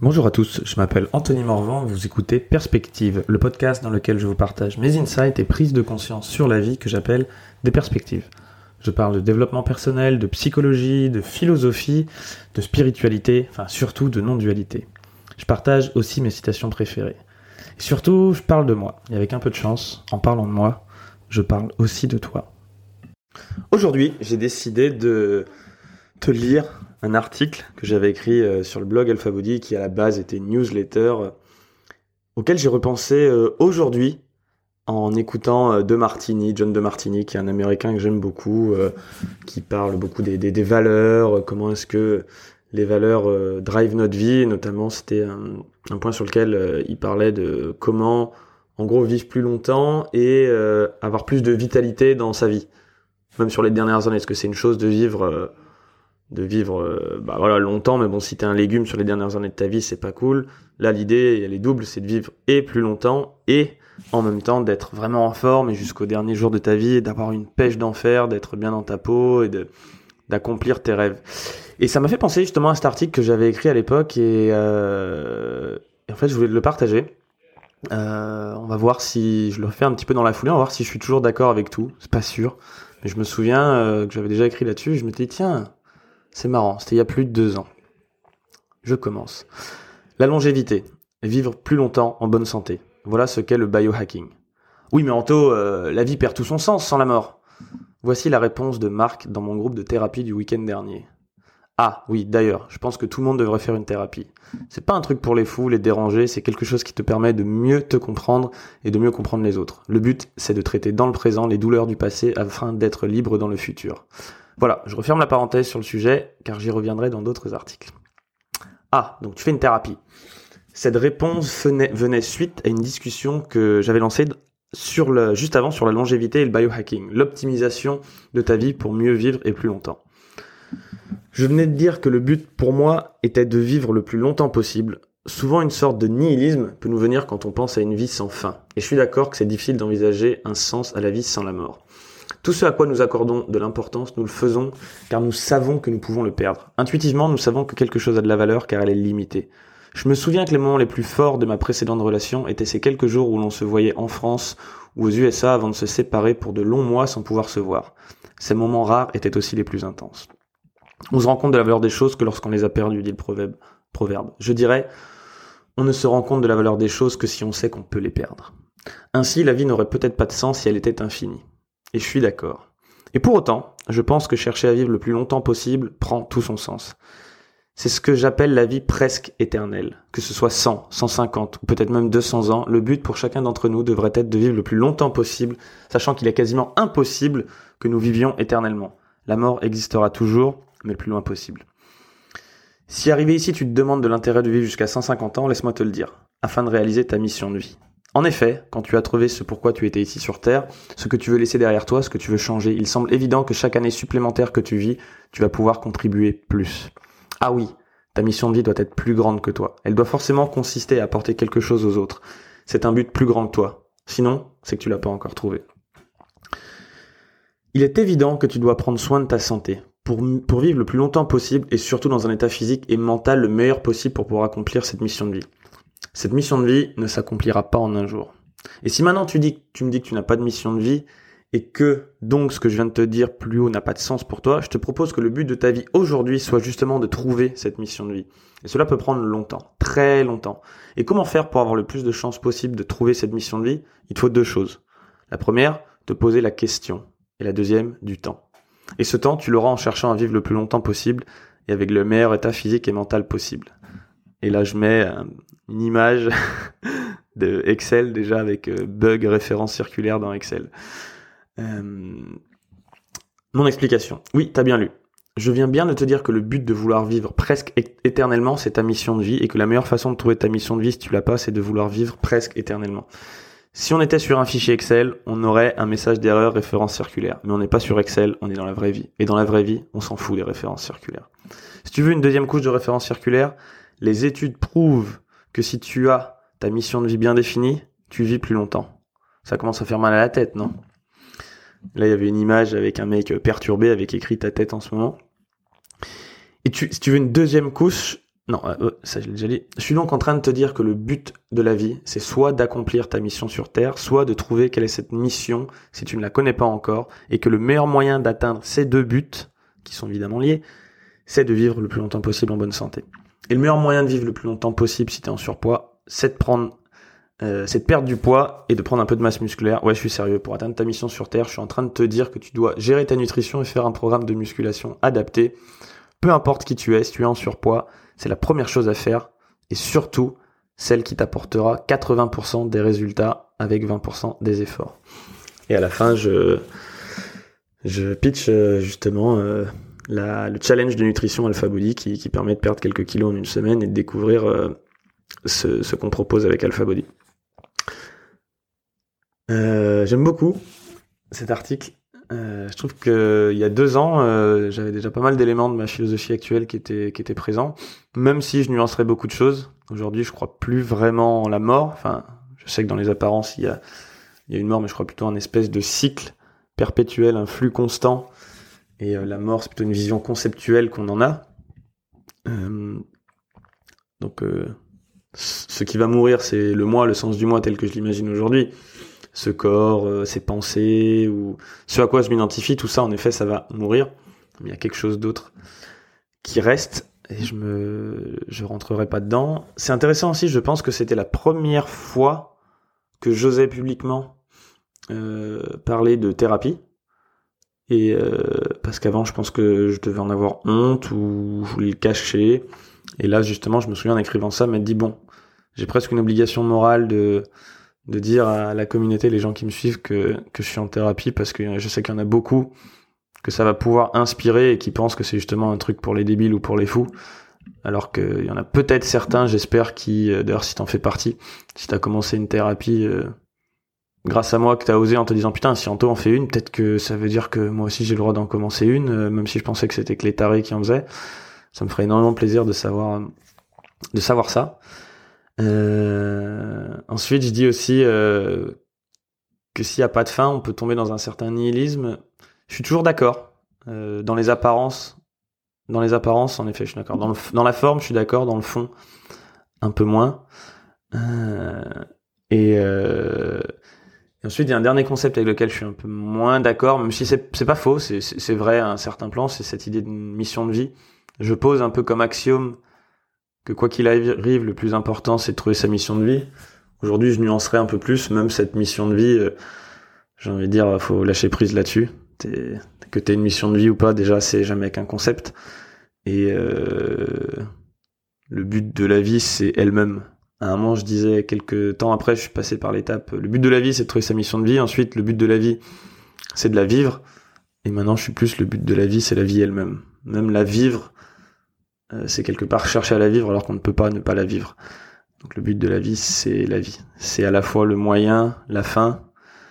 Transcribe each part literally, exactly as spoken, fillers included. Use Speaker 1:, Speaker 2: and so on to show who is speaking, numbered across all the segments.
Speaker 1: Bonjour à tous, je m'appelle Anthony Morvan, vous écoutez Perspective, le podcast dans lequel je vous partage mes insights et prises de conscience sur la vie que j'appelle des perspectives. Je parle de développement personnel, de psychologie, de philosophie, de spiritualité, enfin surtout de non-dualité. Je partage aussi mes citations préférées. Et surtout, je parle de moi. Et avec un peu de chance, en parlant de moi, je parle aussi de toi. Aujourd'hui, j'ai décidé de te lire un article que j'avais écrit euh, sur le blog Alpha Body, qui à la base était une newsletter, euh, auquel j'ai repensé euh, aujourd'hui en écoutant euh, De Martini, John De Martini, qui est un Américain que j'aime beaucoup, euh, qui parle beaucoup des, des, des valeurs, euh, comment est-ce que les valeurs euh, drivent notre vie, notamment c'était un, un point sur lequel euh, il parlait de comment, en gros, vivre plus longtemps et euh, avoir plus de vitalité dans sa vie, même sur les dernières années. Est-ce que c'est une chose de vivre... Euh, de vivre euh, bah voilà longtemps, mais bon, si t'es un légume sur les dernières années de ta vie, c'est pas cool. Là, l'idée, elle est double, c'est de vivre et plus longtemps et en même temps d'être vraiment en forme et jusqu'au dernier jour de ta vie et d'avoir une pêche d'enfer, d'être bien dans ta peau et de d'accomplir tes rêves. Et ça m'a fait penser justement à cet article que j'avais écrit à l'époque et, euh, et en fait je voulais le partager. Euh, on va voir si je le refais un petit peu dans la foulée, on va voir si je suis toujours d'accord avec tout, c'est pas sûr, mais je me souviens euh, que j'avais déjà écrit là-dessus et je m'étais dit tiens, c'est marrant, c'était il y a plus de deux ans. Je commence. La longévité, vivre plus longtemps en bonne santé. Voilà ce qu'est le biohacking. Oui mais Anto, euh, la vie perd tout son sens sans la mort. Voici la réponse de Marc dans mon groupe de thérapie du week-end dernier. Ah oui, d'ailleurs, je pense que tout le monde devrait faire une thérapie. C'est pas un truc pour les fous, les déranger, c'est quelque chose qui te permet de mieux te comprendre et de mieux comprendre les autres. Le but, c'est de traiter dans le présent les douleurs du passé afin d'être libre dans le futur. Voilà, je referme la parenthèse sur le sujet, car j'y reviendrai dans d'autres articles. Ah, donc tu fais une thérapie. Cette réponse venait, venait suite à une discussion que j'avais lancée sur le, juste avant sur la longévité et le biohacking, l'optimisation de ta vie pour mieux vivre et plus longtemps. Je venais de dire que le but pour moi était de vivre le plus longtemps possible. Souvent, une sorte de nihilisme peut nous venir quand on pense à une vie sans fin. Et je suis d'accord que c'est difficile d'envisager un sens à la vie sans la mort. Tout ce à quoi nous accordons de l'importance, nous le faisons car nous savons que nous pouvons le perdre. Intuitivement, nous savons que quelque chose a de la valeur car elle est limitée. Je me souviens que les moments les plus forts de ma précédente relation étaient ces quelques jours où l'on se voyait en France ou aux U S A avant de se séparer pour de longs mois sans pouvoir se voir. Ces moments rares étaient aussi les plus intenses. On se rend compte de la valeur des choses que lorsqu'on les a perdues, dit le proverbe. proverbe. Je dirais, on ne se rend compte de la valeur des choses que si on sait qu'on peut les perdre. Ainsi, la vie n'aurait peut-être pas de sens si elle était infinie. Et je suis d'accord. Et pour autant, je pense que chercher à vivre le plus longtemps possible prend tout son sens. C'est ce que j'appelle la vie presque éternelle. Que ce soit cent, cent cinquante ou peut-être même deux cents ans, le but pour chacun d'entre nous devrait être de vivre le plus longtemps possible, sachant qu'il est quasiment impossible que nous vivions éternellement. La mort existera toujours, mais le plus loin possible. Si arrivé ici tu te demandes de l'intérêt de vivre jusqu'à cent cinquante ans, laisse-moi te le dire, afin de réaliser ta mission de vie. En effet, quand tu as trouvé ce pourquoi tu étais ici sur Terre, ce que tu veux laisser derrière toi, ce que tu veux changer, il semble évident que chaque année supplémentaire que tu vis, tu vas pouvoir contribuer plus. Ah oui, ta mission de vie doit être plus grande que toi. Elle doit forcément consister à apporter quelque chose aux autres. C'est un but plus grand que toi. Sinon, c'est que tu l'as pas encore trouvé. Il est évident que tu dois prendre soin de ta santé pour, pour vivre le plus longtemps possible et surtout dans un état physique et mental le meilleur possible pour pouvoir accomplir cette mission de vie. Cette mission de vie ne s'accomplira pas en un jour. Et si maintenant tu dis, tu me dis que tu n'as pas de mission de vie et que donc ce que je viens de te dire plus haut n'a pas de sens pour toi, je te propose que le but de ta vie aujourd'hui soit justement de trouver cette mission de vie. Et cela peut prendre longtemps, très longtemps. Et comment faire pour avoir le plus de chances possible de trouver cette mission de vie ? Il te faut deux choses. La première, te poser la question. Et la deuxième, du temps. Et ce temps, tu l'auras en cherchant à vivre le plus longtemps possible et avec le meilleur état physique et mental possible. Et là, je mets euh, une image de Excel, déjà avec euh, bug référence circulaire dans Excel. Euh, mon explication. Oui, t'as bien lu. Je viens bien de te dire que le but de vouloir vivre presque é- éternellement, c'est ta mission de vie et que la meilleure façon de trouver ta mission de vie, si tu l'as pas, c'est de vouloir vivre presque éternellement. Si on était sur un fichier Excel, on aurait un message d'erreur référence circulaire. Mais on n'est pas sur Excel, on est dans la vraie vie. Et dans la vraie vie, on s'en fout des références circulaires. Si tu veux une deuxième couche de références circulaires, les études prouvent que si tu as ta mission de vie bien définie, tu vis plus longtemps. Ça commence à faire mal à la tête, non ? Là, il y avait une image avec un mec perturbé avec écrit ta tête en ce moment. Et tu, si tu veux une deuxième couche, Non, euh, ça je l'ai déjà dit. Je suis donc en train de te dire que le but de la vie, c'est soit d'accomplir ta mission sur Terre, soit de trouver quelle est cette mission si tu ne la connais pas encore, et que le meilleur moyen d'atteindre ces deux buts, qui sont évidemment liés, c'est de vivre le plus longtemps possible en bonne santé. Et le meilleur moyen de vivre le plus longtemps possible si tu es en surpoids, c'est de prendre, euh, c'est de perdre du poids et de prendre un peu de masse musculaire. Ouais, je suis sérieux. Pour atteindre ta mission sur Terre, je suis en train de te dire que tu dois gérer ta nutrition et faire un programme de musculation adapté. Peu importe qui tu es, si tu es en surpoids, c'est la première chose à faire, et surtout celle qui t'apportera quatre-vingts pour cent des résultats avec vingt pour cent des efforts. Et à la fin, je, je pitch justement euh, la, le challenge de nutrition Alpha Body qui, qui permet de perdre quelques kilos en une semaine et de découvrir euh, ce, ce qu'on propose avec Alpha Body. Euh, j'aime beaucoup cet article. Euh, je trouve que il y a deux ans, euh, j'avais déjà pas mal d'éléments de ma philosophie actuelle qui étaient qui étaient présents, même si je nuancerais beaucoup de choses. Aujourd'hui, je crois plus vraiment en la mort. Enfin, je sais que dans les apparences, il y a il y a une mort, mais je crois plutôt en espèce de cycle perpétuel, un flux constant. Et euh, la mort, c'est plutôt une vision conceptuelle qu'on en a. Euh, donc, euh, ce qui va mourir, c'est le moi, le sens du moi tel que je l'imagine aujourd'hui. Ce corps, euh, ces pensées, ou ce à quoi je m'identifie, tout ça, en effet, ça va mourir. Mais il y a quelque chose d'autre qui reste, et je me, je rentrerai pas dedans. C'est intéressant aussi, je pense que c'était la première fois que j'osais publiquement euh, parler de thérapie. Et euh, parce qu'avant, je pense que je devais en avoir honte, ou je voulais le cacher. Et là, justement, je me souviens en écrivant ça, m'être dit, bon, j'ai presque une obligation morale de... de dire à la communauté, les gens qui me suivent, que, que je suis en thérapie, parce que je sais qu'il y en a beaucoup que ça va pouvoir inspirer et qui pensent que c'est justement un truc pour les débiles ou pour les fous, alors qu'il y en a peut-être certains, j'espère, qui, d'ailleurs si t'en fais partie, si t'as commencé une thérapie euh, grâce à moi, que t'as osé en te disant putain, si Anto en fait une, peut-être que ça veut dire que moi aussi j'ai le droit d'en commencer une, euh, même si je pensais que c'était que les tarés qui en faisaient. Ça me ferait énormément plaisir de savoir de savoir ça. Euh, ensuite, je dis aussi euh, que s'il n'y a pas de fin, on peut tomber dans un certain nihilisme. Je suis toujours d'accord. Euh, dans les apparences, dans les apparences, en effet, je suis d'accord. Dans, le, dans la forme, je suis d'accord. Dans le fond, un peu moins. Euh, et, euh, et ensuite, il y a un dernier concept avec lequel je suis un peu moins d'accord, même si c'est, c'est pas faux, c'est, c'est, c'est vrai à un certain plan, c'est cette idée d'une mission de vie. Je pose un peu comme axiome que quoi qu'il arrive, le plus important, c'est de trouver sa mission de vie. Aujourd'hui, je nuancerais un peu plus, même cette mission de vie, euh, j'ai envie de dire, faut lâcher prise là-dessus. T'es, que t'aies une mission de vie ou pas, déjà, c'est jamais qu'un concept. Et euh, le but de la vie, c'est elle-même. À un moment, je disais, quelques temps après, je suis passé par l'étape, le but de la vie, c'est de trouver sa mission de vie. Ensuite, le but de la vie, c'est de la vivre. Et maintenant, je suis plus, le but de la vie, c'est la vie elle-même. Même la vivre, c'est quelque part chercher à la vivre alors qu'on ne peut pas ne pas la vivre. Donc le but de la vie, c'est la vie. C'est à la fois le moyen, la fin,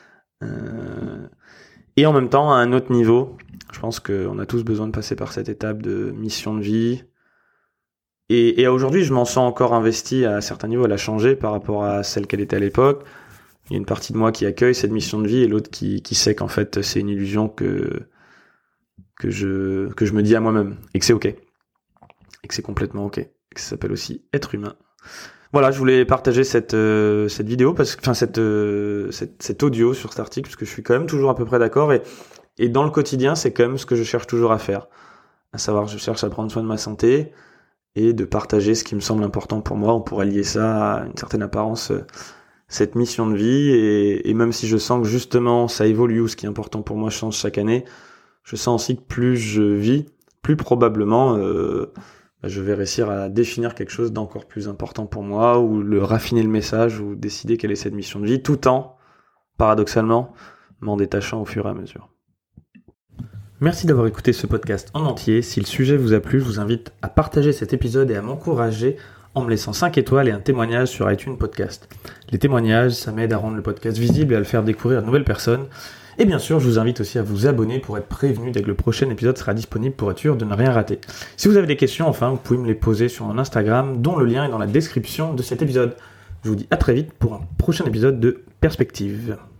Speaker 1: euh, et en même temps, à un autre niveau, je pense qu'on a tous besoin de passer par cette étape de mission de vie. Et, et aujourd'hui, je m'en sens encore investi à certains niveaux. Elle a changé par rapport à celle qu'elle était à l'époque. Il y a une partie de moi qui accueille cette mission de vie et l'autre qui, qui sait qu'en fait, c'est une illusion que, que, je, que je me dis à moi-même et que c'est OK. Et que c'est complètement ok, et que ça s'appelle aussi être humain. Voilà, je voulais partager cette euh, cette vidéo, parce que enfin cette, euh, cette cet audio sur cet article, parce que je suis quand même toujours à peu près d'accord, et et dans le quotidien, c'est quand même ce que je cherche toujours à faire, à savoir, je cherche à prendre soin de ma santé et de partager ce qui me semble important pour moi. On pourrait lier ça à une certaine apparence, euh, cette mission de vie, et, et même si je sens que justement ça évolue, ou ce qui est important pour moi change chaque année, je sens aussi que plus je vis, plus probablement euh, je vais réussir à définir quelque chose d'encore plus important pour moi, ou le raffiner le message, ou décider quelle est cette mission de vie, tout en, paradoxalement, m'en détachant au fur et à mesure. Merci d'avoir écouté ce podcast en entier. Si le sujet vous a plu, je vous invite à partager cet épisode et à m'encourager en me laissant cinq étoiles et un témoignage sur iTunes Podcast. Les témoignages, ça m'aide à rendre le podcast visible et à le faire découvrir à de nouvelles personnes. Et bien sûr, je vous invite aussi à vous abonner pour être prévenu dès que le prochain épisode sera disponible, pour être sûr de ne rien rater. Si vous avez des questions, enfin, vous pouvez me les poser sur mon Instagram, dont le lien est dans la description de cet épisode. Je vous dis à très vite pour un prochain épisode de Perspective.